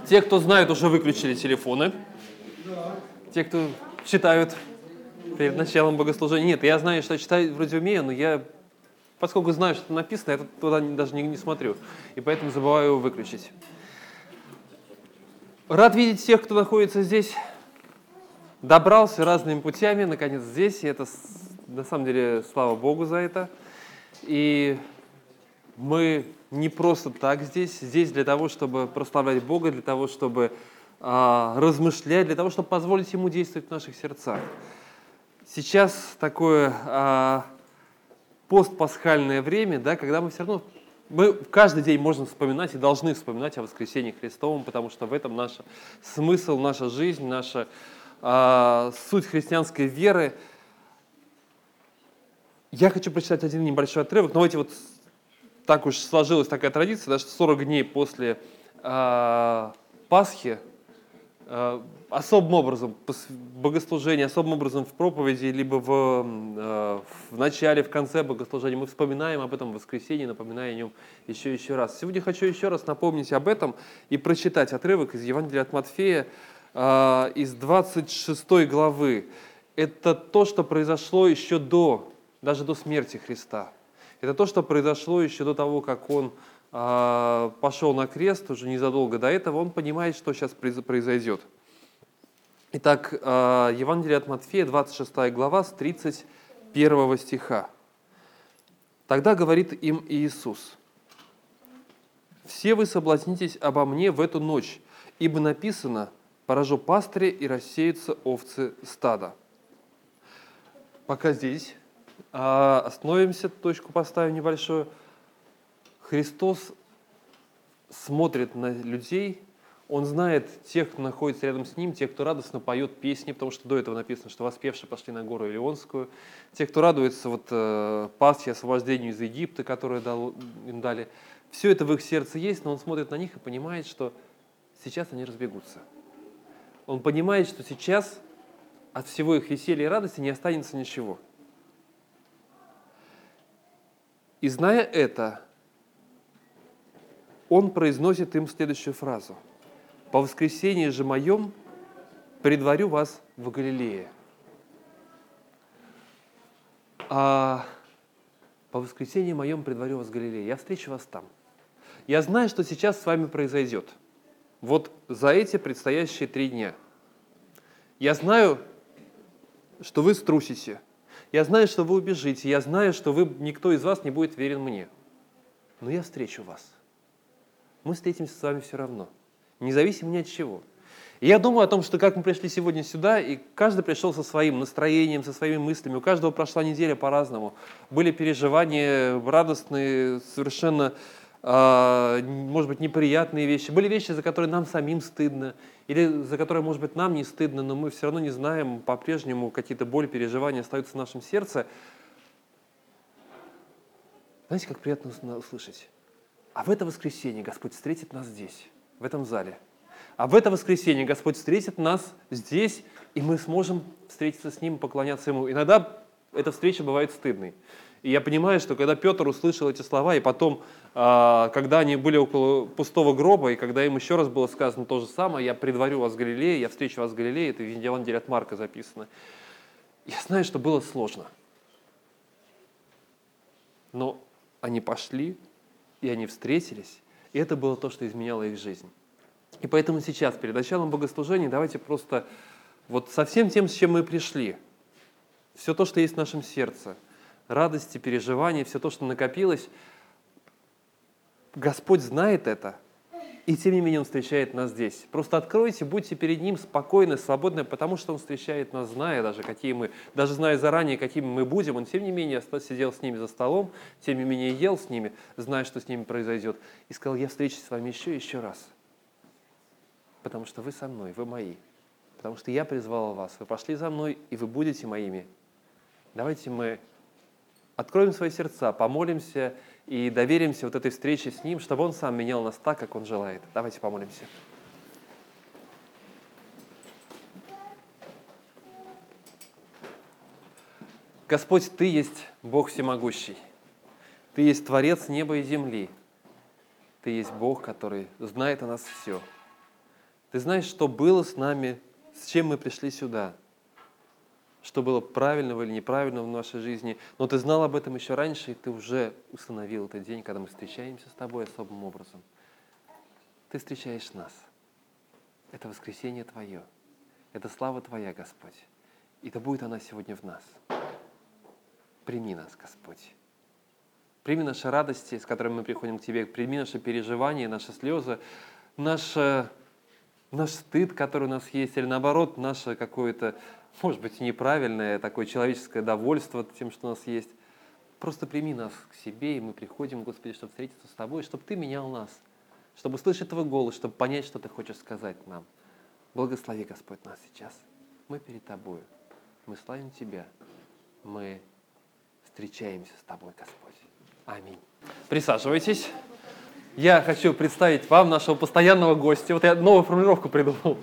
Те, кто знают, уже выключили телефоны. Те, кто читают перед началом богослужения. Нет, я знаю, что читать вроде умею, но я, поскольку знаю, что написано, я туда даже не смотрю. И поэтому забываю его выключить. Рад видеть всех, кто находится здесь. Добрался разными путями, наконец, здесь. И это, на самом деле, слава Богу за это. И мы не просто так здесь. Здесь для того, чтобы прославлять Бога, для того, чтобы размышлять, для того, чтобы позволить Ему действовать в наших сердцах. Сейчас такое постпасхальное время, да, когда мы все равно... Мы каждый день можем вспоминать и должны вспоминать о воскресении Христовом, потому что в этом наш смысл, наша жизнь, наша суть христианской веры. Я хочу прочитать один небольшой отрывок, но эти вот так уж сложилась такая традиция, да, что 40 дней после Пасхи особым образом в богослужении, особым образом в проповеди, либо в начале, в конце богослужения мы вспоминаем об этом в воскресенье, напоминая о нем еще раз. Сегодня хочу еще раз напомнить об этом и прочитать отрывок из Евангелия от Матфея, из 26 главы. Это то, что произошло еще даже до смерти Христа. Это то, что произошло еще до того, как Он пошел на крест, уже незадолго до этого. Он понимает, что сейчас произойдет. Итак, Евангелие от Матфея, 26 глава, с 31 стиха. «Тогда говорит им Иисус: «Все вы соблазнитесь обо мне в эту ночь, ибо написано: поражу пастыря, и рассеются овцы стада». Пока здесь остановимся, точку поставим небольшую. Христос смотрит на людей, Он знает тех, кто находится рядом с Ним, тех, кто радостно поет песни, потому что до этого написано, что воспевшие пошли на гору Илионскую, тех, кто радуется Пасхе, освобождению из Египта, которое им дали. Все это в их сердце есть, но Он смотрит на них и понимает, что сейчас они разбегутся. Он понимает, что сейчас от всего их веселья и радости не останется ничего. И зная это, Он произносит им следующую фразу: «По воскресении же моем предварю вас в Галилее». По воскресении моем предварю вас в Галилее. Я встречу вас там. Я знаю, что сейчас с вами произойдет. Вот за эти предстоящие 3 дня. Я знаю, что вы струсите. Я знаю, что вы убежите. Я знаю, что никто из вас не будет верен мне. Но я встречу вас. Мы встретимся с вами все равно, независимо ни от чего. И я думаю о том, что как мы пришли сегодня сюда, и каждый пришел со своим настроением, со своими мыслями, у каждого прошла неделя по-разному. Были переживания радостные, совершенно, может быть, неприятные вещи. Были вещи, за которые нам самим стыдно, или за которые, может быть, нам не стыдно, но мы все равно не знаем, по-прежнему какие-то боли, переживания остаются в нашем сердце. Знаете, как приятно услышать? А в это воскресенье Господь встретит нас здесь, в этом зале. А в это воскресенье Господь встретит нас здесь, и мы сможем встретиться с Ним, поклоняться Ему. Иногда эта встреча бывает стыдной. И я понимаю, что когда Петр услышал эти слова, и потом, когда они были около пустого гроба, и когда им еще раз было сказано то же самое: «Я предварю вас в Галилее, я встречу вас в Галилее», это в Евангелии от Марка записано. Я знаю, что было сложно. Но они пошли, и они встретились, и это было то, что изменяло их жизнь. И поэтому сейчас, перед началом богослужения, давайте просто вот со всем тем, с чем мы пришли, все то, что есть в нашем сердце, радости, переживания, все то, что накопилось, Господь знает это, и тем не менее Он встречает нас здесь. Просто откройте, будьте перед Ним спокойны, свободны, потому что Он встречает нас, зная даже зная заранее, какими мы будем. Он тем не менее сидел с ними за столом, тем не менее ел с ними, зная, что с ними произойдет, и сказал: «Я встречусь с вами еще раз, потому что вы со мной, вы мои, потому что я призвал вас, вы пошли за мной, и вы будете моими». Давайте мы откроем свои сердца, помолимся и доверимся вот этой встрече с Ним, чтобы Он сам менял нас так, как Он желает. Давайте помолимся. Господь, Ты есть Бог всемогущий. Ты есть Творец неба и земли. Ты есть Бог, который знает о нас все. Ты знаешь, что было с нами, с чем мы пришли сюда, что было правильного или неправильного в нашей жизни, но ты знал об этом еще раньше, и ты уже установил этот день, когда мы встречаемся с тобой особым образом. Ты встречаешь нас. Это воскресение Твое. Это слава Твоя, Господь. И да будет она сегодня в нас. Прими нас, Господь. Прими наши радости, с которыми мы приходим к Тебе. Прими наши переживания, наши слезы, наш стыд, который у нас есть, или наоборот, наше какое-то, может быть, неправильное такое человеческое довольство тем, что у нас есть. Просто прими нас к себе, и мы приходим, Господи, чтобы встретиться с Тобой, чтобы Ты менял нас, чтобы услышать Твой голос, чтобы понять, что Ты хочешь сказать нам. Благослови, Господь, нас сейчас. Мы перед Тобою. Мы славим Тебя. Мы встречаемся с Тобой, Господь. Аминь. Присаживайтесь. Я хочу представить вам нашего постоянного гостя. Вот я новую формулировку придумал.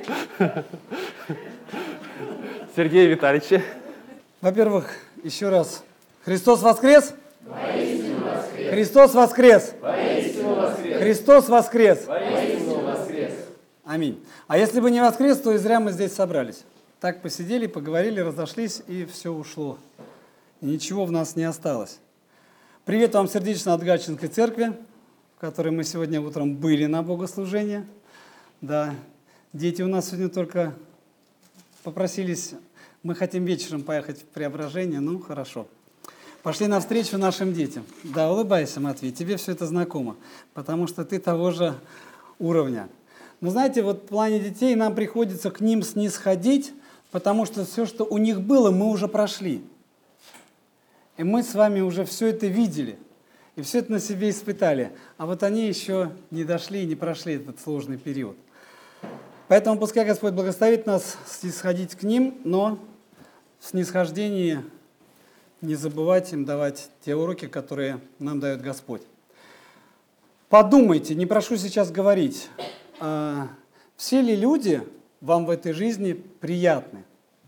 Сергея Витальевича. Во-первых, еще раз. Христос воскрес? Воистину воскрес! Христос воскрес! Воистину воскрес! Христос воскрес! Воистину воскрес! Аминь. А если бы не воскрес, то и зря мы здесь собрались. Так посидели, поговорили, разошлись, и все ушло. И ничего в нас не осталось. Привет вам сердечно от Гатчинской церкви, в которой мы сегодня утром были на богослужении. Да, дети у нас сегодня только попросились, мы хотим вечером поехать в Преображение, ну хорошо. Пошли навстречу нашим детям. Да, улыбайся, Матвей, тебе все это знакомо, потому что ты того же уровня. Но знаете, вот в плане детей нам приходится к ним снисходить, потому что все, что у них было, мы уже прошли. И мы с вами уже все это видели, и все это на себе испытали. А вот они еще не дошли и не прошли этот сложный период. Поэтому пускай Господь благословит нас снисходить к ним, но в снисхождении не забывать им давать те уроки, которые нам дает Господь. Подумайте, не прошу сейчас говорить, все ли люди вам в этой жизни приятны?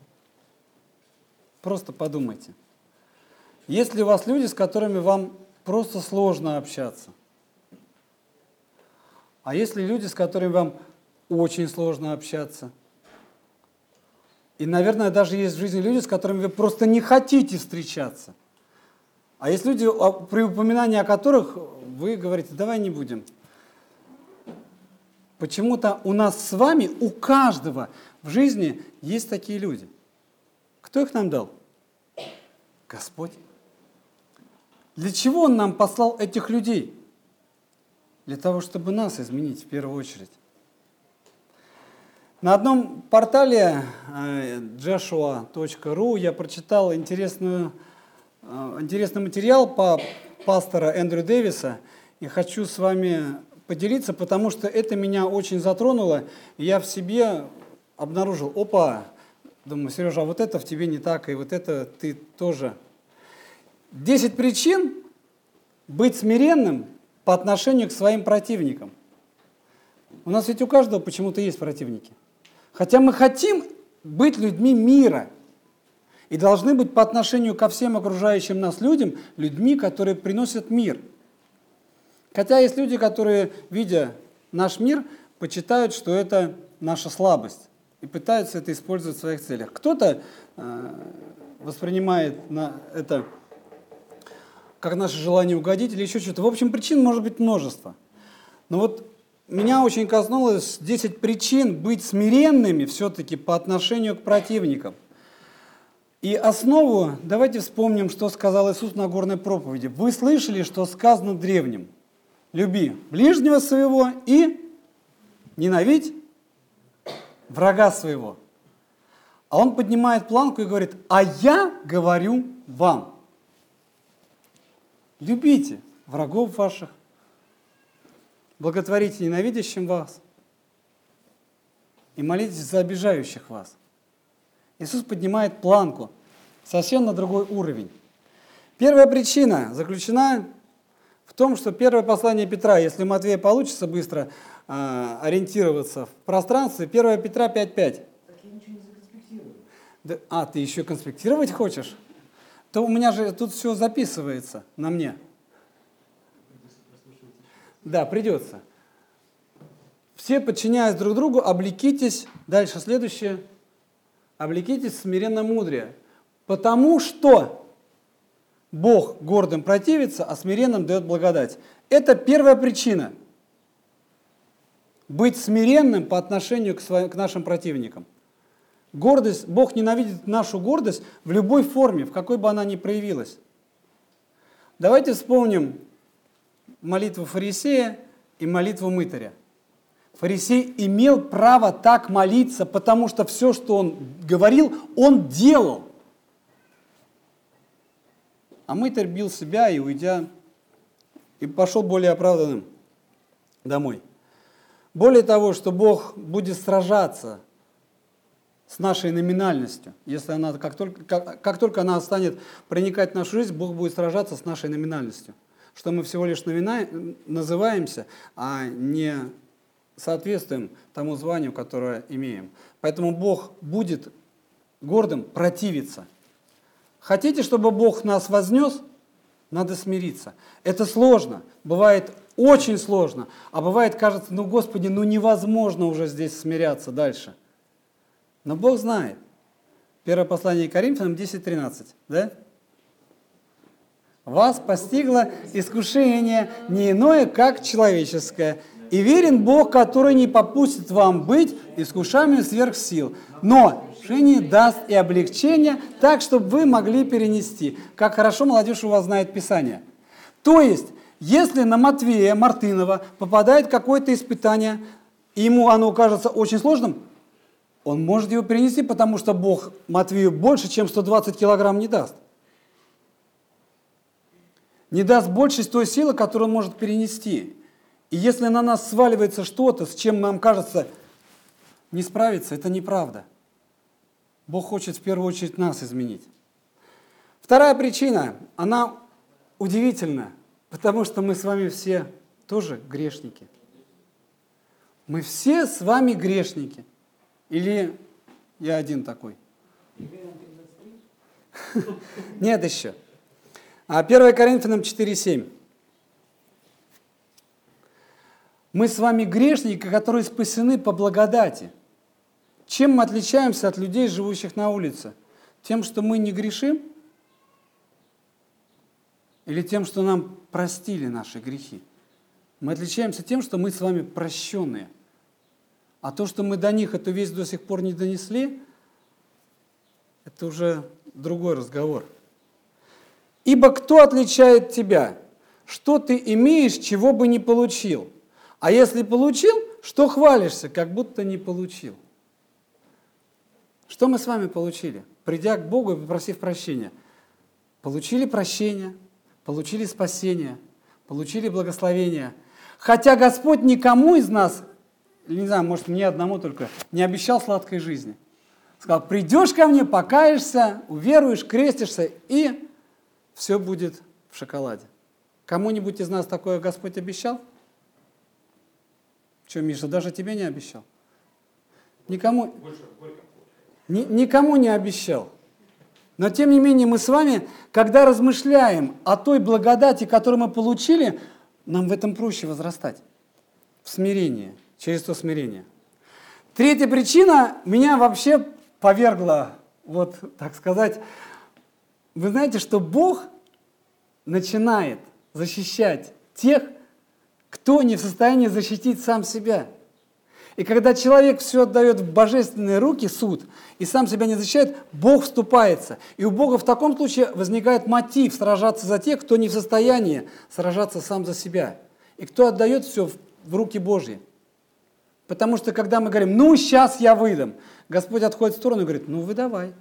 Просто подумайте. Есть ли у вас люди, с которыми вам просто сложно общаться? А есть ли люди, с которыми вам очень сложно общаться? И, наверное, даже есть в жизни люди, с которыми вы просто не хотите встречаться. А есть люди, при упоминании о которых вы говорите, давай не будем. Почему-то у нас с вами, у каждого в жизни есть такие люди. Кто их нам дал? Господь. Для чего Он нам послал этих людей? Для того, чтобы нас изменить в первую очередь. На одном портале joshua.ru я прочитал интересный материал по пастора Эндрю Дэвиса и хочу с вами поделиться, потому что это меня очень затронуло. И я в себе обнаружил, думаю, Сережа, а вот это в тебе не так, и вот это ты тоже. 10 причин быть смиренным по отношению к своим противникам. У нас ведь у каждого почему-то есть противники. Хотя мы хотим быть людьми мира и должны быть по отношению ко всем окружающим нас людям, людьми, которые приносят мир. Хотя есть люди, которые, видя наш мир, почитают, что это наша слабость и пытаются это использовать в своих целях. Кто-то воспринимает это как наше желание угодить или еще что-то. В общем, причин может быть множество. Но вот меня очень коснулось 10 причин быть смиренными все-таки по отношению к противникам. И основу давайте вспомним, что сказал Иисус на Нагорной проповеди. Вы слышали, что сказано древним? Люби ближнего своего и ненавидь врага своего. А он поднимает планку и говорит, а я говорю вам. Любите врагов ваших, благотворите ненавидящим вас и молитесь за обижающих вас. Иисус поднимает планку совсем на другой уровень. Первая причина заключена в том, что первое послание Петра, если у Матвея получится быстро ориентироваться в пространстве, 1 Петра 5:5. Так я ничего не законспектирую. Да, ты еще конспектировать хочешь? То у меня же тут все записывается на мне. Да, придется. все, подчиняясь друг другу, облекитесь, дальше следующее, облекитесь в смиренно мудрее, потому что Бог гордым противится, а смиренным дает благодать. Это первая причина. Быть смиренным по отношению к нашим противникам. Гордость, Бог ненавидит нашу гордость в любой форме, в какой бы она ни проявилась. Давайте вспомним молитву фарисея и молитву мытаря. Фарисей имел право так молиться, потому что все, что он говорил, он делал. А мытарь бил себя и, уйдя, и пошел более оправданным домой. Более того, что Бог будет сражаться с нашей номинальностью. Если она, как только она станет проникать в нашу жизнь, Бог будет сражаться с нашей номинальностью. Что мы всего лишь называемся, а не соответствуем тому званию, которое имеем. Поэтому Бог будет гордым противиться. Хотите, чтобы Бог нас вознес? Надо смириться. Это сложно, бывает очень сложно, а бывает, кажется, ну Господи, ну невозможно уже здесь смиряться дальше. Но Бог знает. Первое послание к Коринфянам 10:13, да? Вас постигло искушение не иное, как человеческое. И верен Бог, который не попустит вам быть искушаемым сверх сил, но не даст и облегчения, так, чтобы вы могли перенести. Как хорошо молодежь у вас знает Писание. То есть, если на Матвея Мартынова попадает какое-то испытание, и ему оно кажется очень сложным, он может его перенести, потому что Бог Матвею больше, чем 120 килограмм не даст. Не даст больше той силы, которую он может перенести. И если на нас сваливается что-то, с чем нам кажется не справиться, это неправда. Бог хочет в первую очередь нас изменить. Вторая причина, она удивительна, потому что мы с вами все тоже грешники. Мы все с вами грешники. Или я один такой? Нет еще. 1 Коринфянам 4:7. Мы с вами грешники, которые спасены по благодати. Чем мы отличаемся от людей, живущих на улице? Тем, что мы не грешим? Или тем, что нам простили наши грехи? Мы отличаемся тем, что мы с вами прощенные. А то, что мы до них эту весть до сих пор не донесли, это уже другой разговор. Ибо кто отличает тебя? Что ты имеешь, чего бы не получил? А если получил, что хвалишься, как будто не получил? Что мы с вами получили, придя к Богу и попросив прощения? Получили прощение, получили спасение, получили благословение. Хотя Господь никому из нас, не знаю, может, мне одному только, не обещал сладкой жизни. Сказал, придешь ко мне, покаешься, уверуешь, крестишься, и все будет в шоколаде. Кому-нибудь из нас такое Господь обещал? Что, Миша, даже тебе не обещал? Никому не обещал. Но тем не менее мы с вами, когда размышляем о той благодати, которую мы получили, нам в этом проще возрастать. В смирении, через то смирение. Третья причина меня вообще повергла, вот так сказать. Вы знаете, что Бог начинает защищать тех, кто не в состоянии защитить сам себя. И когда человек все отдает в божественные руки, суд, и сам себя не защищает, Бог вступается. И у Бога в таком случае возникает мотив сражаться за тех, кто не в состоянии сражаться сам за себя. И кто отдает все в руки Божьи. Потому что когда мы говорим, ну сейчас я выдам, Господь отходит в сторону и говорит, ну выдавай.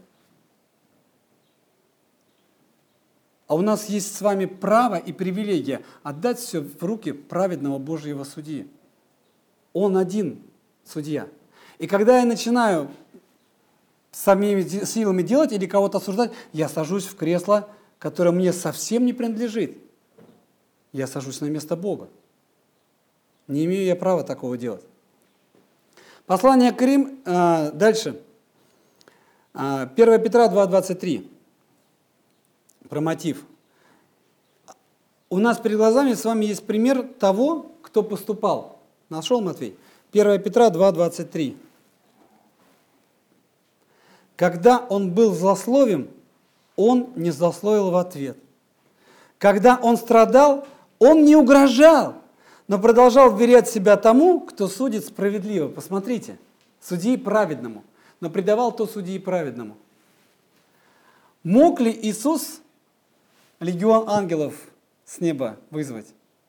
А у нас есть с вами право и привилегия отдать все в руки праведного Божьего судьи. Он один судья. И когда я начинаю самими силами делать или кого-то осуждать, я сажусь в кресло, которое мне совсем не принадлежит. Я сажусь на место Бога. Не имею я права такого делать. Послание к Рим, дальше. 1 Петра 2:23. Про мотив. У нас перед глазами с вами есть пример того, кто поступал. Нашел, Матвей? 1 Петра 2:23. Когда он был злословен, он не злословил в ответ. Когда он страдал, он не угрожал, но продолжал вверять себя тому, кто судит справедливо. Посмотрите, судьи праведному, но предавал то судьи праведному. Мог ли Иисус легион ангелов с неба вызвать?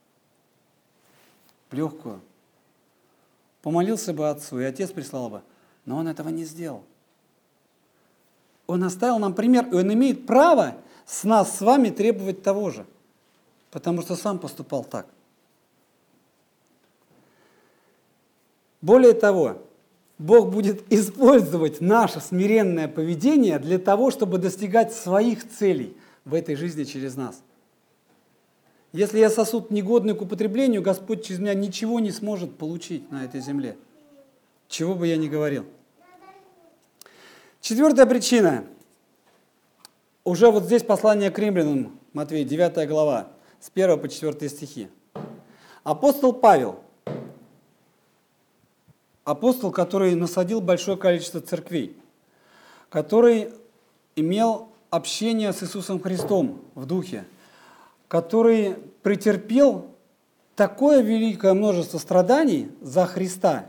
В легкую. Помолился бы Отцу, и Отец прислал бы, но Он этого не сделал. Он оставил нам пример, и Он имеет право с нас, с вами требовать того же, потому что Сам поступал так. Более того, Бог будет использовать наше смиренное поведение для того, чтобы достигать своих целей в этой жизни через нас. Если я сосуд негодный к употреблению, Господь через меня ничего не сможет получить на этой земле, чего бы я ни говорил. Четвертая причина. Уже вот здесь послание к римлянам, Матвей, 9 глава, с 1 по 4 стихи. Апостол Павел, апостол, который насадил большое количество церквей, который имел общение с Иисусом Христом в духе, который претерпел такое великое множество страданий за Христа,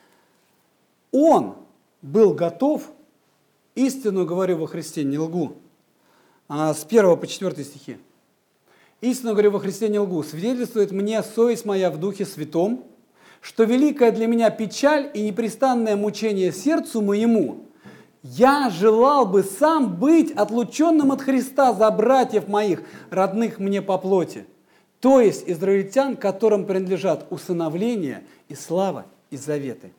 он был готов, истину говорю во Христе, не лгу, с 1 по 4 стихи. Истину говорю во Христе, не лгу, свидетельствует мне совесть моя в Духе Святом, что великая для меня печаль и непрестанное мучение сердцу моему, я желал бы сам быть отлученным от Христа за братьев моих, родных мне по плоти, то есть израильтян, которым принадлежат усыновление и слава и заветы.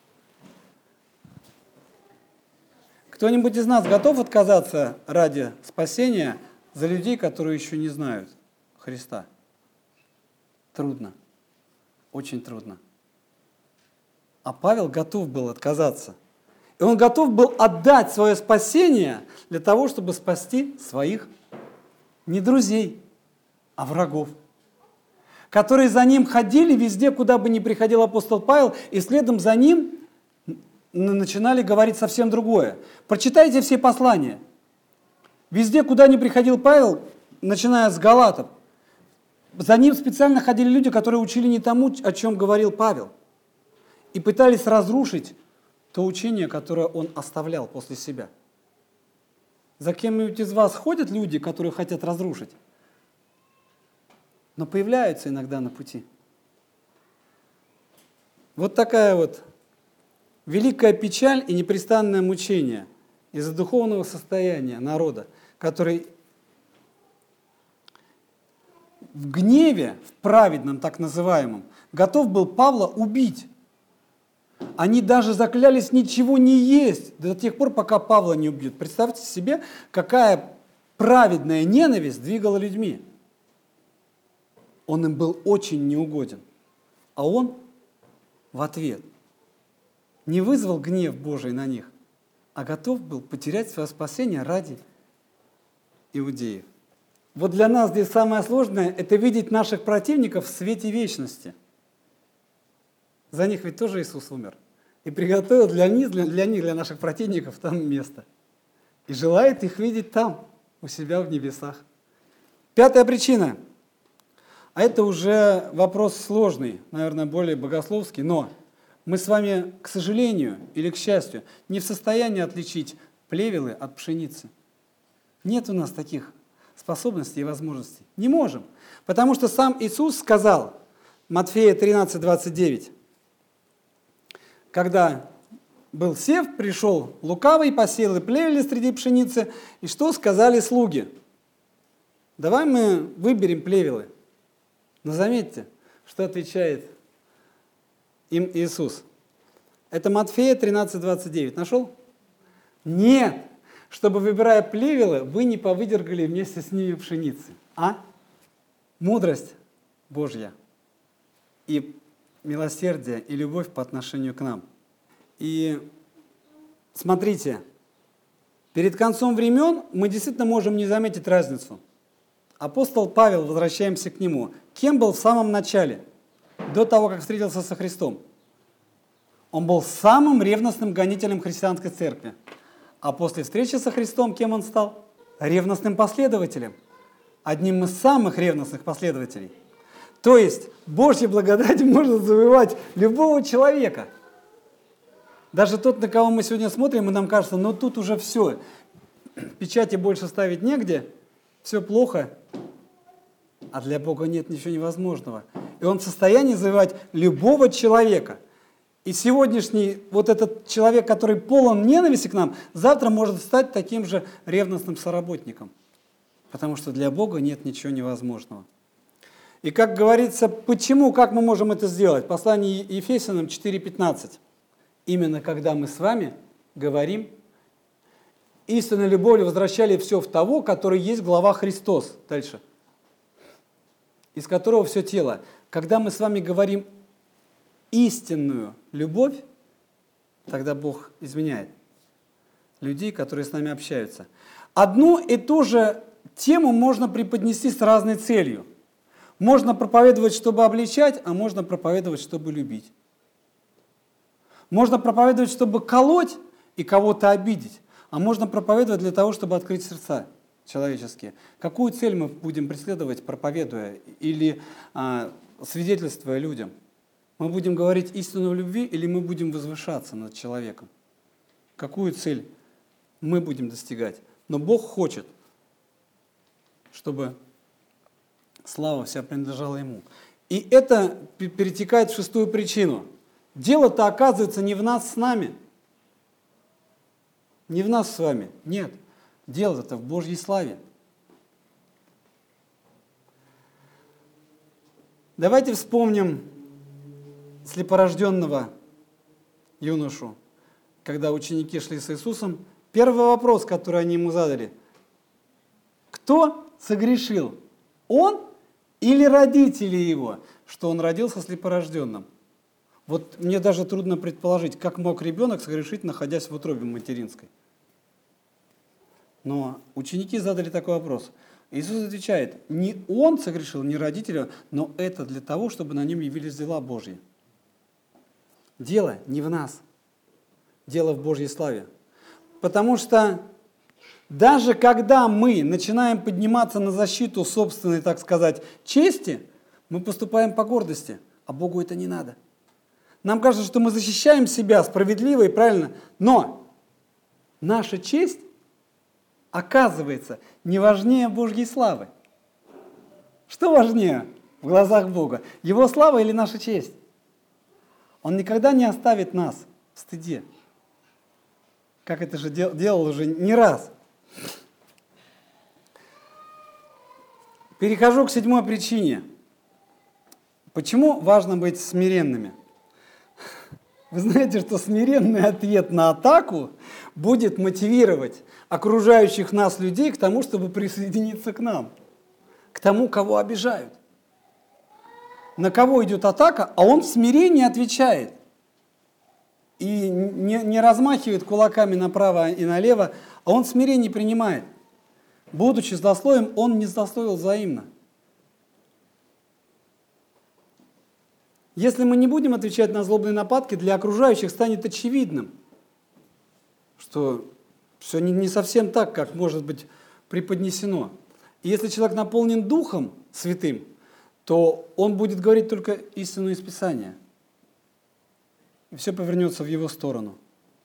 Кто-нибудь из нас готов отказаться ради спасения за людей, которые еще не знают Христа? Трудно, очень трудно. А Павел готов был отказаться. И он готов был отдать свое спасение для того, чтобы спасти своих не друзей, а врагов, которые за ним ходили везде, куда бы ни приходил апостол Павел, и следом за ним начинали говорить совсем другое. Прочитайте все послания. Везде, куда ни приходил Павел, начиная с Галатов, за ним специально ходили люди, которые учили не тому, о чем говорил Павел, и пытались разрушить то учение, которое он оставлял после себя. За кем-нибудь из вас ходят люди, которые хотят разрушить, но появляются иногда на пути. Вот такая вот великая печаль и непрестанное мучение из-за духовного состояния народа, который в гневе, в праведном так называемом, готов был Павла убить. Они даже заклялись ничего не есть до тех пор, пока Павла не убьют. Представьте себе, какая праведная ненависть двигала людьми. Он им был очень неугоден. А он в ответ не вызвал гнев Божий на них, а готов был потерять свое спасение ради иудеев. Вот для нас здесь самое сложное – это видеть наших противников в свете вечности. За них ведь тоже Иисус умер. И приготовил для них, для наших противников, там место. И желает их видеть там, у себя в небесах. Пятая причина. А это уже вопрос сложный, наверное, более богословский, но мы с вами, к сожалению или к счастью, не в состоянии отличить плевелы от пшеницы. Нет у нас таких способностей и возможностей. Не можем. Потому что сам Иисус сказал, Матфея 13:29, когда был сев, пришел лукавый, посеял и плевели среди пшеницы, и что сказали слуги? Давай мы выберем плевелы. Но заметьте, что отвечает им Иисус. Это Матфея 13:29. Нашел? Нет, чтобы, выбирая плевелы, вы не повыдергали вместе с ними пшеницы. А? Мудрость Божья и милосердие и любовь по отношению к нам. И смотрите, перед концом времен мы действительно можем не заметить разницу. Апостол Павел, возвращаемся к нему, кем был в самом начале, до того, как встретился со Христом? Он был самым ревностным гонителем христианской церкви. А после встречи со Христом кем он стал? Ревностным последователем. Одним из самых ревностных последователей. То есть Божья благодать может завоевать любого человека. Даже тот, на кого мы сегодня смотрим, и нам кажется, ну тут уже все, печати больше ставить негде, все плохо, а для Бога нет ничего невозможного. И Он в состоянии завоевать любого человека. И сегодняшний вот этот человек, который полон ненависти к нам, завтра может стать таким же ревностным соработником. Потому что для Бога нет ничего невозможного. И как говорится, почему, как мы можем это сделать? Послание Ефесянам 4:15. Именно когда мы с вами говорим, истинной любовью возвращали все в того, который есть глава Христос. Дальше. Из которого все тело. Когда мы с вами говорим истинную любовь, тогда Бог изменяет людей, которые с нами общаются. Одну и ту же тему можно преподнести с разной целью. Можно проповедовать, чтобы обличать, а можно проповедовать, чтобы любить. Можно проповедовать, чтобы колоть и кого-то обидеть, а можно проповедовать для того, чтобы открыть сердца человеческие. Какую цель мы будем преследовать, проповедуя или свидетельствуя людям? Мы будем говорить истину в любви или мы будем возвышаться над человеком? Какую цель мы будем достигать? Но Бог хочет, чтобы слава вся принадлежала Ему. И это перетекает в шестую причину. Дело-то оказывается не в нас с нами, не в нас с вами, нет. Дело-то в Божьей славе. Давайте вспомним слепорожденного юношу, когда ученики шли с Иисусом. Первый вопрос, который они ему задали: кто согрешил, он или родители его, что он родился слепорожденным? Вот мне даже трудно предположить, как мог ребенок согрешить, находясь в утробе материнской. Но ученики задали такой вопрос. Иисус отвечает: не он согрешил, не родители, но это для того, чтобы на нем явились дела Божьи. Дело не в нас, дело в Божьей славе. Потому что даже когда мы начинаем подниматься на защиту собственной, так сказать, чести, мы поступаем по гордости, а Богу это не надо. Нам кажется, что мы защищаем себя справедливо и правильно, но наша честь, оказывается, не важнее Божьей славы. Что важнее в глазах Бога? Его слава или наша честь? Он никогда не оставит нас в стыде, как это же делал уже не раз. Перехожу к седьмой причине. Почему важно быть смиренными? Вы знаете, что смиренный ответ на атаку будет мотивировать окружающих нас людей к тому, чтобы присоединиться к нам, к тому, кого обижают. На кого идет атака, а он в смирении отвечает. И не размахивает кулаками направо и налево, а он в смирении принимает. Будучи злословием, он не злословил взаимно. Если мы не будем отвечать на злобные нападки, для окружающих станет очевидным, что все не совсем так, как может быть преподнесено. И если человек наполнен Духом Святым, то он будет говорить только истину из Писания. И все повернется в его сторону.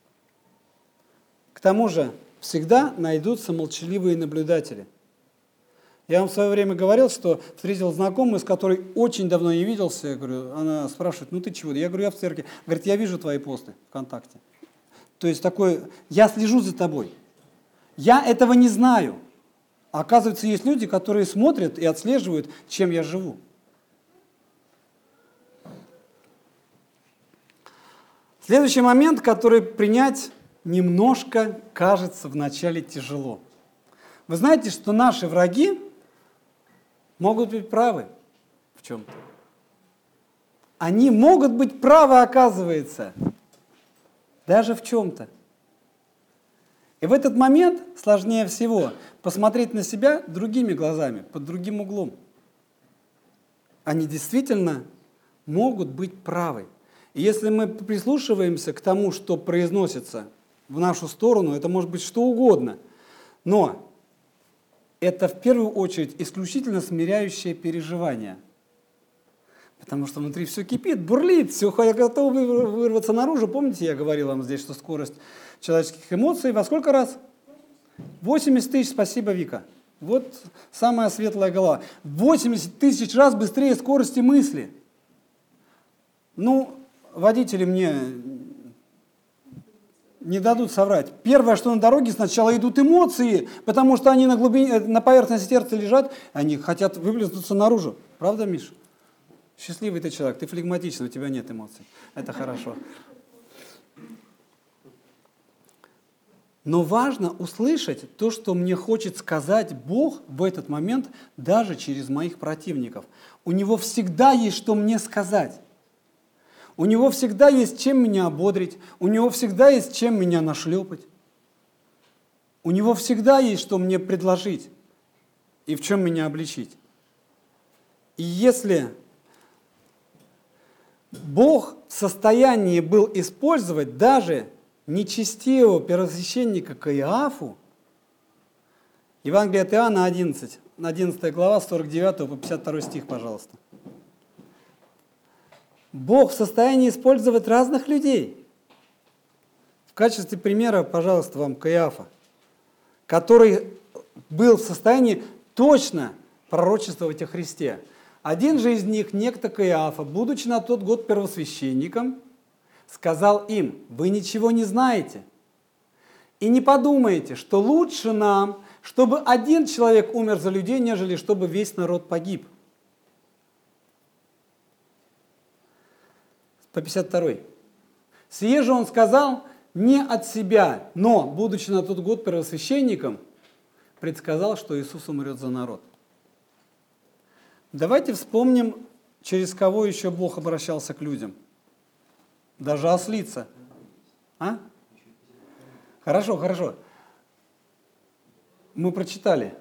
К тому же всегда найдутся молчаливые наблюдатели. Я вам в свое время говорил, что встретил знакомую, с которой очень давно не виделся. Я говорю, она спрашивает: ну ты чего? Я говорю, я в церкви. Говорит, я вижу твои посты ВКонтакте. То есть такой, я слежу за тобой. Я этого не знаю. А оказывается, есть люди, которые смотрят и отслеживают, чем я живу. Следующий момент, который принять немножко кажется вначале тяжело. Вы знаете, что наши враги могут быть правы в чем-то. Они могут быть правы, оказывается, даже в чем-то. И в этот момент сложнее всего посмотреть на себя другими глазами, под другим углом. Они действительно могут быть правы. И если мы прислушиваемся к тому, что произносится в нашу сторону, это может быть что угодно, но это в первую очередь исключительно смиряющее переживание. Потому что внутри все кипит, бурлит, все готово вырваться наружу. Помните, я говорил вам здесь, что скорость человеческих эмоций во сколько раз? 80 тысяч, спасибо, Вика. Вот самая светлая голова. 80 тысяч раз быстрее скорости мысли. Ну, водители мне не дадут соврать. Первое, что на дороге сначала идут эмоции, потому что они на глубине, на поверхности сердца лежат, они хотят выплеснуться наружу. Правда, Миша? Счастливый ты человек, ты флегматичный, у тебя нет эмоций. Это хорошо. Но важно услышать то, что мне хочет сказать Бог в этот момент, даже через моих противников. У Него всегда есть что мне сказать. У Него всегда есть чем меня ободрить. У Него всегда есть чем меня нашлепать. У Него всегда есть что мне предложить и в чем меня обличить. И если Бог в состоянии был использовать даже нечестивого первосвященника Каиафу, Евангелие от Иоанна 11 глава, 49 по 52 стих, пожалуйста. Бог в состоянии использовать разных людей. В качестве примера, пожалуйста, вам Каиафа, который был в состоянии точно пророчествовать о Христе. Один же из них, некто Каиафа, будучи на тот год первосвященником, сказал им: «Вы ничего не знаете и не подумайте, что лучше нам, чтобы один человек умер за людей, нежели чтобы весь народ погиб». По 52. «Сие же он сказал не от себя, но, будучи на тот год первосвященником, предсказал, что Иисус умрет за народ». Давайте вспомним, через кого еще Бог обращался к людям. Даже ослица. А? Хорошо. Мы прочитали.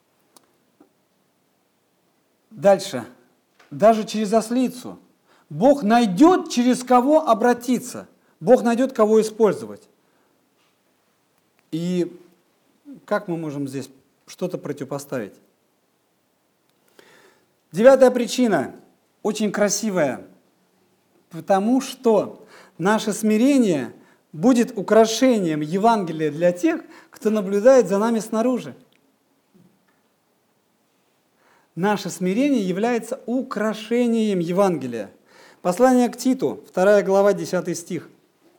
Дальше. Даже через ослицу. Бог найдет, через кого обратиться. Бог найдет, кого использовать. И как мы можем здесь что-то противопоставить? 9 причина, очень красивая, потому что наше смирение будет украшением Евангелия для тех, кто наблюдает за нами снаружи. Наше смирение является украшением Евангелия. Послание к Титу, 2 глава, 10 стих.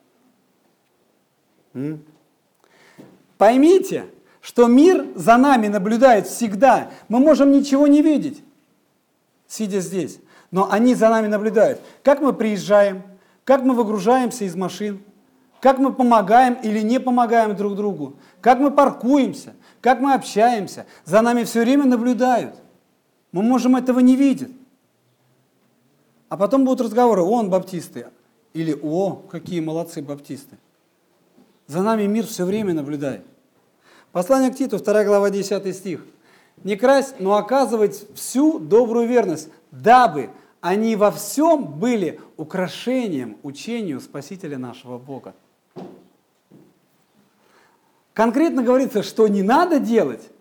Поймите, что мир за нами наблюдает всегда. Мы можем ничего не видеть, сидя здесь, но они за нами наблюдают. Как мы приезжаем, как мы выгружаемся из машин, как мы помогаем или не помогаем друг другу, как мы паркуемся, как мы общаемся. За нами все время наблюдают. Мы можем этого не видеть. А потом будут разговоры: «Он баптисты», или «О, какие молодцы баптисты». За нами мир все время наблюдает. Послание к Титу, 2 глава, 10 стих. «Не красть, но оказывать всю добрую верность, дабы они во всем были украшением учению Спасителя нашего Бога». Конкретно говорится, что не надо делать.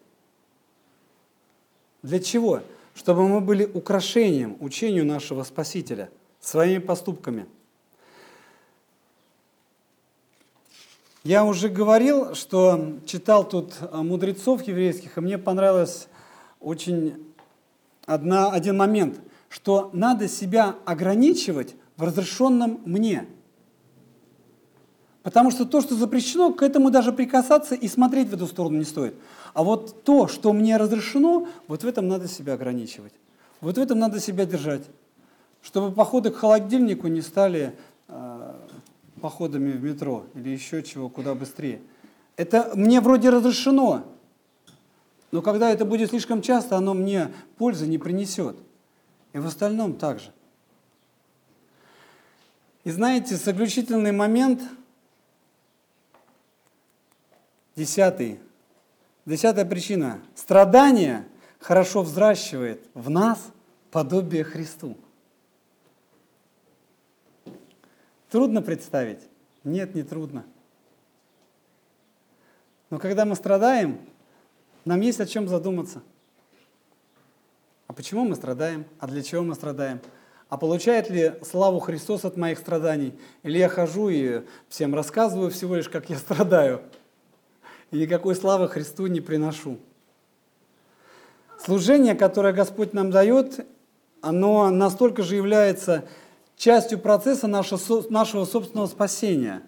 Для чего? Чтобы мы были украшением учению нашего Спасителя своими поступками. Я уже говорил, что читал тут мудрецов еврейских, и мне понравилось очень один момент, что надо себя ограничивать в разрешенном мне. Потому что то, что запрещено, к этому даже прикасаться и смотреть в эту сторону не стоит. А вот то, что мне разрешено, вот в этом надо себя ограничивать. Вот в этом надо себя держать. Чтобы походы к холодильнику не стали походами в метро или еще чего, куда быстрее. Это мне вроде разрешено, но когда это будет слишком часто, оно мне пользы не принесет. И в остальном также. И знаете, заключительный момент, 10-я причина. Страдание хорошо взращивает в нас подобие Христу. Трудно представить? Нет, не трудно. Но когда мы страдаем, нам есть о чем задуматься. А почему мы страдаем? А для чего мы страдаем? А получает ли славу Христос от моих страданий? Или я хожу и всем рассказываю всего лишь, как я страдаю, и никакой славы Христу не приношу? Служение, которое Господь нам дает, оно настолько же является частью процесса нашего собственного спасения.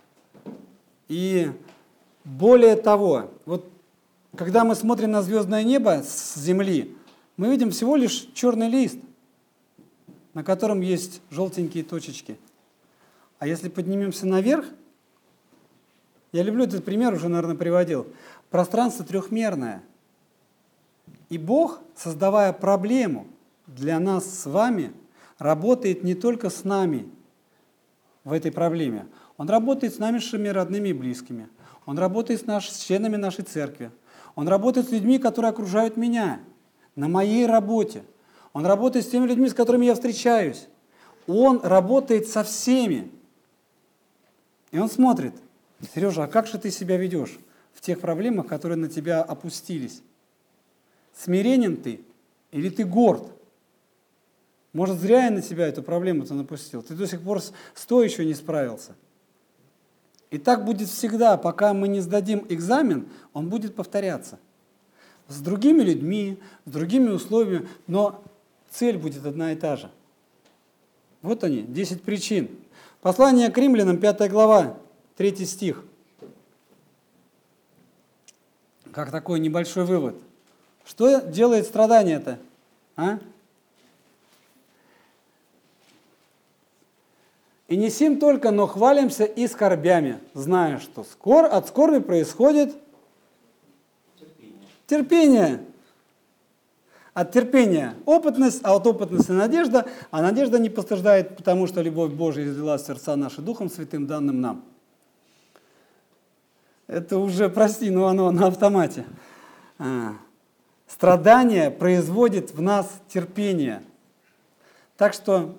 И более того, вот когда мы смотрим на звездное небо с земли, мы видим всего лишь черный лист, на котором есть желтенькие точечки. А если поднимемся наверх, я люблю этот пример, уже, наверное, приводил, пространство трехмерное. И Бог, создавая проблему для нас с вами, работает не только с нами в этой проблеме. Он работает с нашими родными и близкими. Он работает с членами нашей церкви. Он работает с людьми, которые окружают меня, на моей работе. Он работает с теми людьми, с которыми я встречаюсь. Он работает со всеми. И он смотрит: Сережа, а как же ты себя ведешь в тех проблемах, которые на тебя опустились? Смиренен ты или ты горд? Может, зря я на себя эту проблему-то напустил. Ты до сих пор с той еще не справился. И так будет всегда, пока мы не сдадим экзамен, он будет повторяться. С другими людьми, с другими условиями, но цель будет одна и та же. Вот они, 10 причин. Послание к Римлянам, 5 глава, 3 стих. Как такой небольшой вывод. Что делает страдание-то? А? «И не сим только, но хвалимся и скорбями, зная, что от скорби происходит терпение. От терпения опытность, а от опытности надежда, а надежда не постраждает, потому что любовь Божия излилась в сердца наши Духом Святым, данным нам». Это уже, прости, но оно на автомате. Страдание производит в нас терпение. Так что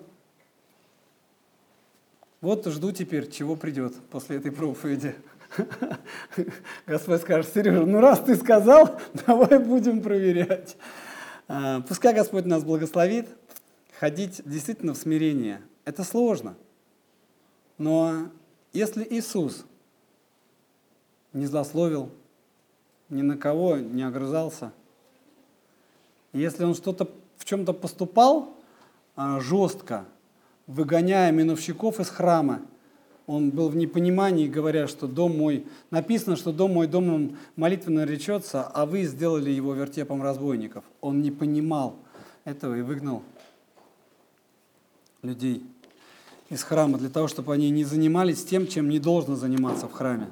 вот жду теперь, чего придет после этой проповеди. Господь скажет: Сережа, ну раз ты сказал, давай будем проверять. Пускай Господь нас благословит ходить действительно в смирении. Это сложно. Но если Иисус не злословил, ни на кого не огрызался, если Он в чем-то поступал жестко, выгоняя миновщиков из храма, Он был в непонимании, говоря, что дом мой, написано, что дом мой домом молитвенно наречется, а вы сделали его вертепом разбойников. Он не понимал этого и выгнал людей из храма для того, чтобы они не занимались тем, чем не должно заниматься в храме.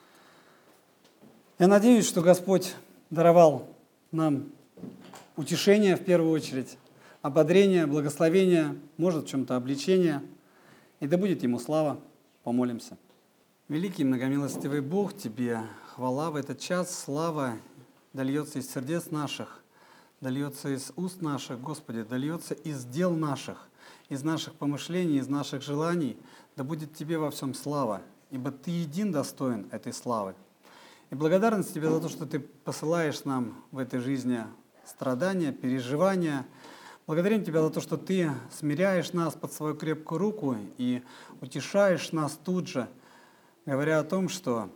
Я надеюсь, что Господь даровал нам утешение в первую очередь, ободрение, благословение, может, в чем-то обличение. И да будет Ему слава. Помолимся. Великий многомилостивый Бог, Тебе хвала в этот час, слава дольется из сердец наших, дольется из уст наших, Господи, дольется из дел наших, из наших помышлений, из наших желаний. Да будет Тебе во всем слава, ибо Ты един достоин этой славы. И благодарность Тебе за то, что Ты посылаешь нам в этой жизни страдания, переживания. Благодарим Тебя за то, что Ты смиряешь нас под свою крепкую руку и утешаешь нас тут же, говоря о том, что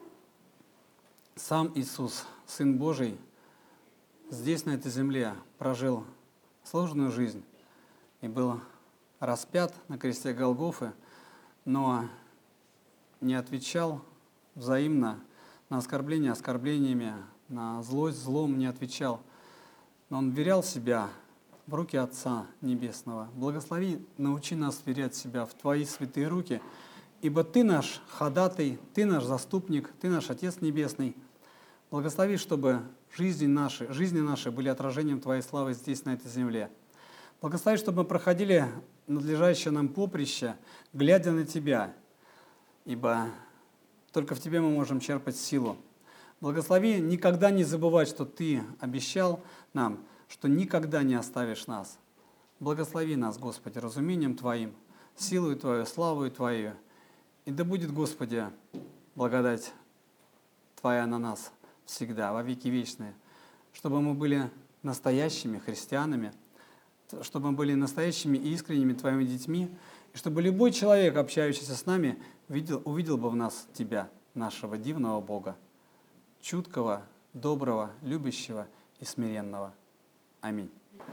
сам Иисус, Сын Божий, здесь, на этой земле, прожил сложную жизнь и был распят на кресте Голгофы, но не отвечал взаимно на оскорбления оскорблениями, на злость злом не отвечал, но Он вверял себя в руки Отца Небесного. Благослови, научи нас вверять себя в Твои святые руки, ибо Ты наш ходатай, Ты наш заступник, Ты наш Отец Небесный. Благослови, чтобы жизни наши были отражением Твоей славы здесь, на этой земле. Благослови, чтобы мы проходили надлежащее нам поприще, глядя на Тебя, ибо только в Тебе мы можем черпать силу. Благослови никогда не забывать, что Ты обещал нам, что никогда не оставишь нас. Благослови нас, Господи, разумением Твоим, силою Твою, славою Твою. И да будет, Господи, благодать Твоя на нас всегда, во веки вечные, чтобы мы были настоящими христианами, чтобы мы были настоящими и искренними Твоими детьми, и чтобы любой человек, общающийся с нами, увидел бы в нас Тебя, нашего дивного Бога, чуткого, доброго, любящего и смиренного. Аминь.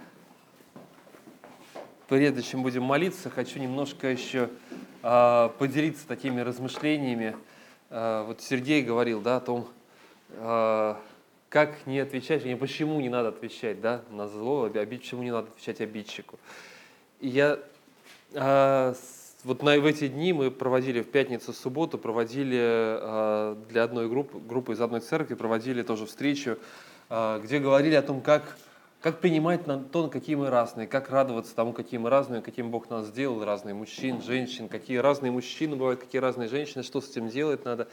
Прежде чем будем молиться, хочу немножко еще поделиться такими размышлениями. Вот Сергей говорил, да, о том, как не отвечать, и почему не надо отвечать, да, на зло, почему не надо отвечать обидчику. И я вот в эти дни мы проводили в пятницу, субботу, проводили для одной группы из одной церкви, проводили тоже встречу, где говорили о том, как принимать то, какие мы разные, как радоваться тому, какие мы разные, каким Бог нас сделал, разные мужчин, женщин, какие разные мужчины бывают, какие разные женщины, что с этим делать надо.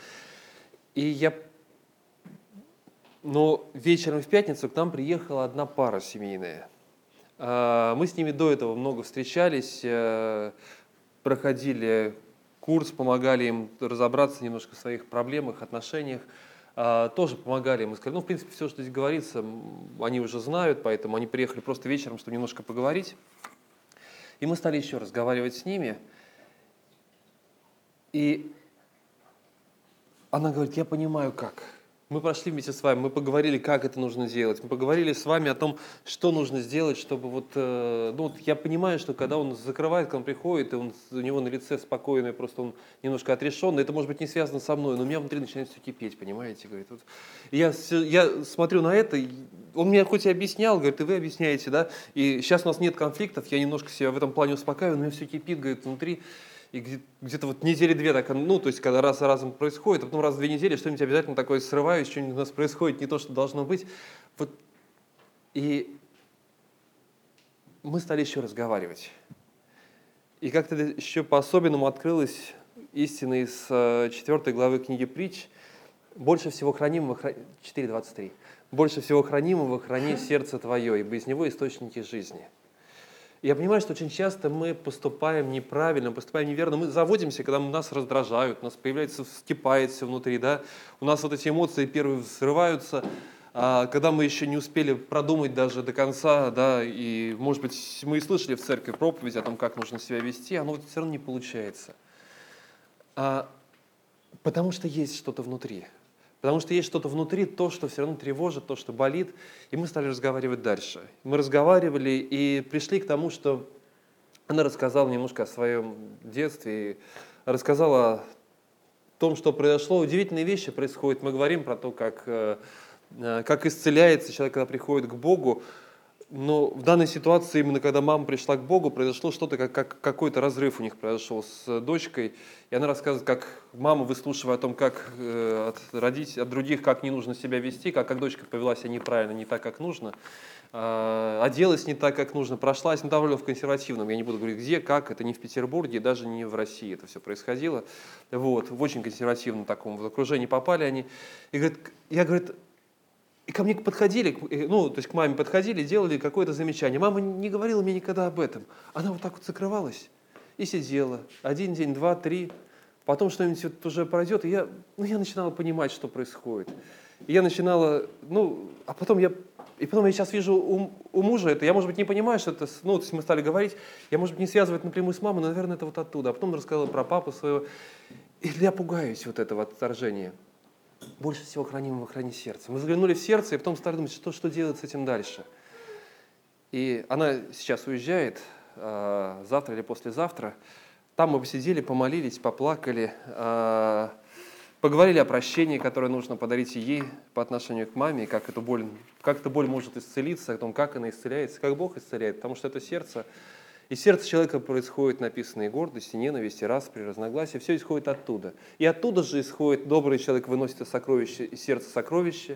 Но вечером в пятницу к нам приехала одна пара семейная. Мы с ними до этого много встречались, проходили курс, помогали им разобраться немножко в своих проблемах, отношениях. Тоже помогали. Мы сказали, в принципе, все, что здесь говорится, они уже знают, поэтому они приехали просто вечером, чтобы немножко поговорить. И мы стали еще разговаривать с ними. И она говорит, я понимаю, как. Мы прошли вместе с вами, мы поговорили, как это нужно делать. Мы поговорили с вами о том, что нужно сделать, чтобы я понимаю, что когда он закрывает, когда он приходит, и у него на лице спокойно, просто он немножко отрешенный, это может быть не связано со мной, но у меня внутри начинает все кипеть, понимаете? Говорит, И я смотрю на это, он мне хоть и объяснял, говорит, и вы объясняете, да, и сейчас у нас нет конфликтов, я немножко себя в этом плане успокаиваю, но у меня все кипит, говорит, внутри. И где-то вот недели-две, так, то есть когда раз за разом происходит, а потом раз в 2 недели что-нибудь обязательно такое срываюсь, что-нибудь у нас происходит не то, что должно быть. И мы стали еще разговаривать. И как-то еще по-особенному открылась истина из 4 главы книги Притч. Больше всего хранимого, 4:23. Больше всего хранимого храни сердце твое, ибо из него источники жизни. Я понимаю, что очень часто мы поступаем неправильно, поступаем неверно. Мы заводимся, когда нас раздражают, у нас появляется, вскипает все внутри, да. У нас вот эти эмоции первые взрываются, когда мы еще не успели продумать даже до конца, да, и, может быть, мы и слышали в церкви проповедь о том, как нужно себя вести, оно все равно не получается. Потому что есть что-то внутри. Потому что есть что-то внутри, то, что все равно тревожит, то, что болит. И мы стали разговаривать дальше. Мы разговаривали и пришли к тому, что она рассказала немножко о своем детстве, и рассказала о том, что произошло. Удивительные вещи происходят. Мы говорим про то, как исцеляется человек, когда приходит к Богу. Но в данной ситуации, именно когда мама пришла к Богу, произошло что-то, как какой-то разрыв у них произошел с дочкой. И она рассказывает, как мама, выслушивая о том, как от других, как не нужно себя вести, как дочка повела себя неправильно, не так, как нужно, оделась не так, как нужно, прошлась, довольно в консервативном, я не буду говорить где, как, это не в Петербурге, даже не в России это все происходило. В очень консервативном таком окружении попали они. И ко мне подходили, то есть к маме подходили, делали какое-то замечание. Мама не говорила мне никогда об этом. Она вот так вот закрывалась и сидела. 1 день, 2, 3. Потом что-нибудь уже пройдет, и я начинала понимать, что происходит. И я начинала, потом я сейчас вижу у мужа это, я, может быть, не понимаю, что это, то есть мы стали говорить, я, может быть, не связывать напрямую с мамой, но, наверное, это вот оттуда. А потом рассказала про папу своего. И я пугаюсь вот этого отторжения. Больше всего хранимого храни сердце. Мы заглянули в сердце и потом стали думать, что делать с этим дальше. И она сейчас уезжает, завтра или послезавтра. Там мы посидели, помолились, поплакали, поговорили о прощении, которое нужно подарить ей по отношению к маме, как эта боль может исцелиться, о том, как она исцеляется, как Бог исцеляет. Потому что это сердце. Из сердца человека происходит написанные гордость, ненависть, распри, разногласия. Все исходит оттуда. И оттуда же исходит, добрый человек выносит из сердца сокровище.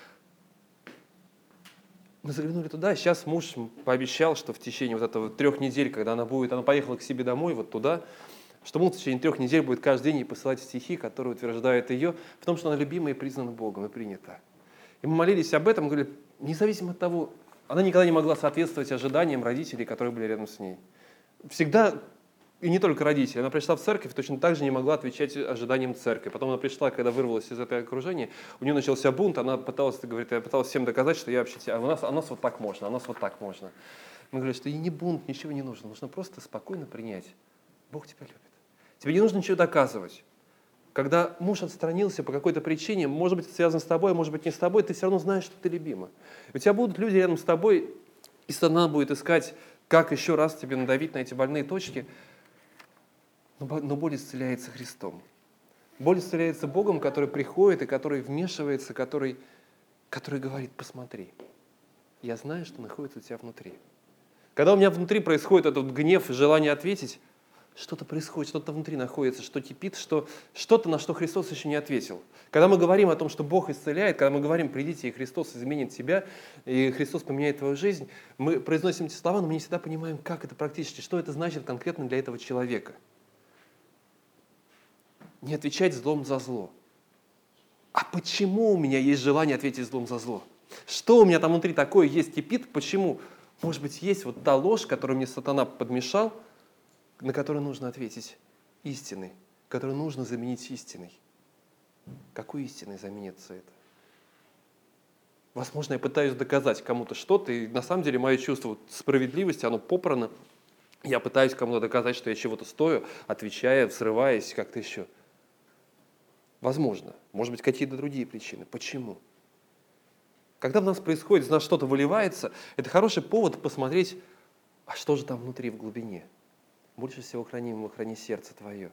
Мы заглянули туда, и сейчас муж пообещал, что в течение вот этого 3 недель, когда она поехала к себе домой, вот туда, что муж в течение 3 недель будет каждый день ей посылать стихи, которые утверждают ее в том, что она любима и признана Богом, и принята. И мы молились об этом, говорили, независимо от того, она никогда не могла соответствовать ожиданиям родителей, которые были рядом с ней. Всегда И не только родители. Она пришла в церковь, точно так же не могла отвечать ожиданиям церкви. Потом она пришла, когда вырвалась из этого окружения, у нее начался бунт, она пыталась, говорит, я пыталась всем доказать, что я вообще, у нас вот так можно, у нас вот так можно. Мы говорим, что и не бунт, ничего не нужно, нужно просто спокойно принять. Бог тебя любит. Тебе не нужно ничего доказывать. Когда муж отстранился по какой-то причине, может быть, это связано с тобой, может быть, не с тобой, ты все равно знаешь, что ты любима. У тебя будут люди рядом с тобой, и сатана будет искать, как еще раз тебе надавить на эти больные точки. Но боль исцеляется Христом. Боль исцеляется Богом, который приходит и который вмешивается, который говорит, посмотри, я знаю, что находится у тебя внутри. Когда у меня внутри происходит этот гнев и желание ответить, что-то происходит, что-то внутри находится, что кипит, что-то, на что Христос еще не ответил. Когда мы говорим о том, что Бог исцеляет, когда мы говорим, придите, и Христос изменит тебя, и Христос поменяет твою жизнь, мы произносим эти слова, но мы не всегда понимаем, как это практически, что это значит конкретно для этого человека. Не отвечать злом за зло. А почему у меня есть желание ответить злом за зло? Что у меня там внутри такое есть, кипит? Почему? Может быть, есть вот та ложь, которую мне сатана подмешал, на которую нужно ответить истиной, которую нужно заменить истиной. Какой истиной заменится это? Возможно, я пытаюсь доказать кому-то что-то, и на самом деле мое чувство справедливости, оно попрано. Я пытаюсь кому-то доказать, что я чего-то стою, отвечая, взрываясь, как-то еще. Возможно. Может быть, какие-то другие причины. Почему? Когда в нас происходит, из нас что-то выливается, это хороший повод посмотреть, а что же там внутри, в глубине. Больше всего храни сердце твое.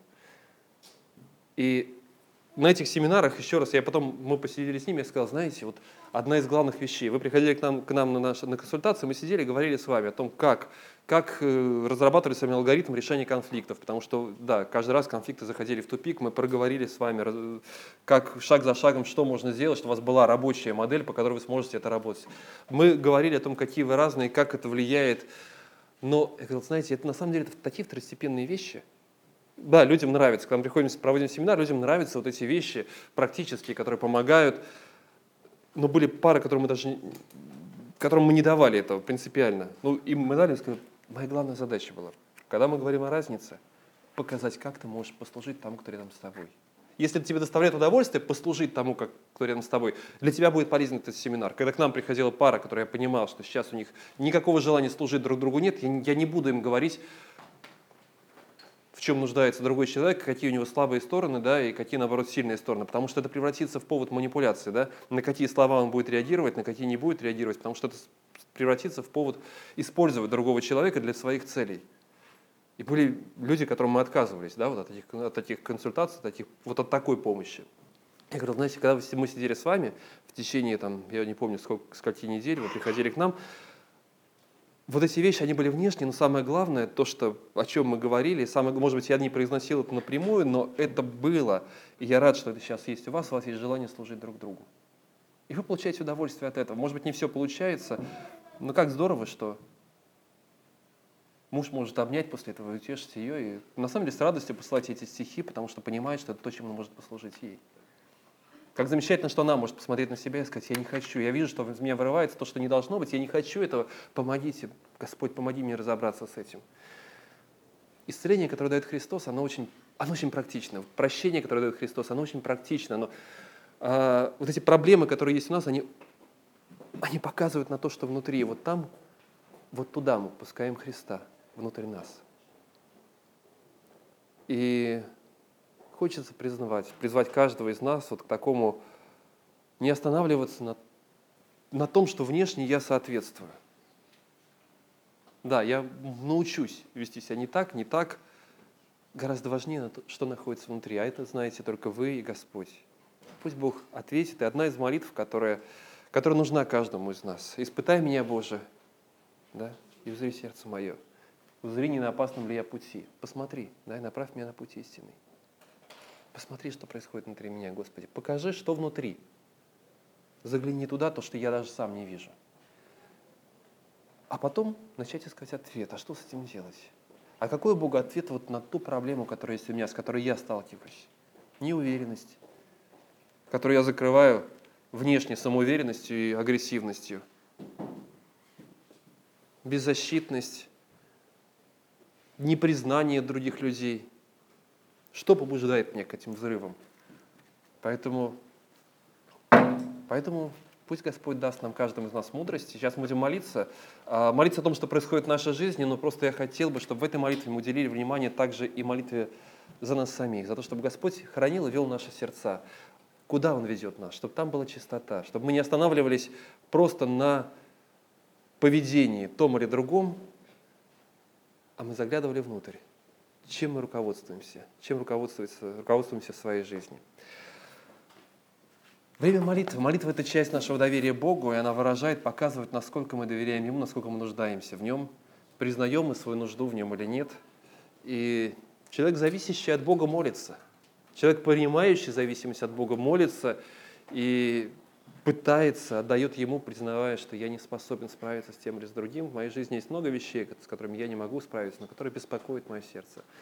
И на этих семинарах, еще раз, мы посидели с ними, я сказал, знаете, вот одна из главных вещей, вы приходили к нам на консультацию, мы сидели, говорили с вами о том, как разрабатывали с вами алгоритм решения конфликтов, потому что, да, каждый раз конфликты заходили в тупик, мы проговорили с вами, как шаг за шагом, что можно сделать, чтобы у вас была рабочая модель, по которой вы сможете это работать. Мы говорили о том, какие вы разные, как это влияет, но, я говорил, знаете, это на самом деле такие второстепенные вещи. Да, людям нравится, когда мы проводим семинар, людям нравятся вот эти вещи практические, которые помогают, но были пары, которым мы не давали этого принципиально. Ну, им мы дали, сказали, моя главная задача была, когда мы говорим о разнице, показать, как ты можешь послужить тому, кто рядом с тобой. Если тебе доставляет удовольствие послужить тому, кто рядом с тобой, для тебя будет полезен этот семинар. Когда к нам приходила пара, которая я понимал, что сейчас у них никакого желания служить друг другу нет, я не буду им говорить, в чем нуждается другой человек, какие у него слабые стороны, да, и какие, наоборот, сильные стороны, потому что это превратится в повод манипуляции, да, на какие слова он будет реагировать, на какие не будет реагировать, потому что это превратится в повод использовать другого человека для своих целей. И были люди, которым мы отказывались, да, вот от таких консультаций, вот от такой помощи. Я говорю, знаете, когда мы сидели с вами в течение, я не помню, скольки недель, вы приходили к нам, вот эти вещи, они были внешние, но самое главное, то, о чем мы говорили, может быть, я не произносил это напрямую, но это было. И я рад, что это сейчас есть у вас есть желание служить друг другу. И вы получаете удовольствие от этого. Может быть, не все получается, но как здорово, что муж может обнять после этого и утешить ее. И на самом деле с радостью посылать эти стихи, потому что понимает, что это то, чем он может послужить ей. Как замечательно, что она может посмотреть на себя и сказать, я не хочу, я вижу, что в меня вырывается то, что не должно быть, я не хочу этого, помогите, Господь, помоги мне разобраться с этим. Исцеление, которое дает Христос, оно очень практично. Прощение, которое дает Христос, оно очень практично. Но вот эти проблемы, которые есть у нас, они показывают на то, что внутри, вот там, вот туда мы пускаем Христа, внутрь нас. И хочется призвать каждого из нас вот к такому, не останавливаться на том, что внешне я соответствую. Да, я научусь вести себя не так. Гораздо важнее, что находится внутри. А это знаете только вы и Господь. Пусть Бог ответит. И одна из молитв, которая нужна каждому из нас. «Испытай меня, Боже, да, и узри сердце мое. Узри, не на опасном ли я пути. Посмотри, да, и направь меня на путь истинный. Посмотри, что происходит внутри меня, Господи. Покажи, что внутри. Загляни туда, то, что я даже сам не вижу. А потом начать искать ответ. А что с этим делать? А какой Богу ответ вот на ту проблему, которая есть у меня, с которой я сталкиваюсь? Неуверенность, которую я закрываю внешней самоуверенностью и агрессивностью. Беззащитность. непризнание других людей. Что побуждает меня к этим взрывам? Поэтому пусть Господь даст нам, каждому из нас мудрость. Сейчас мы будем молиться. Молиться о том, что происходит в нашей жизни, но просто я хотел бы, чтобы в этой молитве мы уделили внимание также и молитве за нас самих, за то, чтобы Господь хранил и вел наши сердца. Куда Он ведет нас? Чтобы там была чистота, чтобы мы не останавливались просто на поведении том или другом, а мы заглядывали внутрь. Чем мы руководствуемся? Чем руководствуемся в своей жизни? Время молитвы. Молитва – это часть нашего доверия Богу, и она выражает, показывает, насколько мы доверяем Ему, насколько мы нуждаемся в Нем, признаем мы свою нужду в Нем или нет. И человек, зависящий от Бога, молится. Человек, принимающий зависимость от Бога, молится и пытается, отдает Ему, признавая, что я не способен справиться с тем или с другим. В моей жизни есть много вещей, с которыми я не могу справиться, но которые беспокоят мое сердце.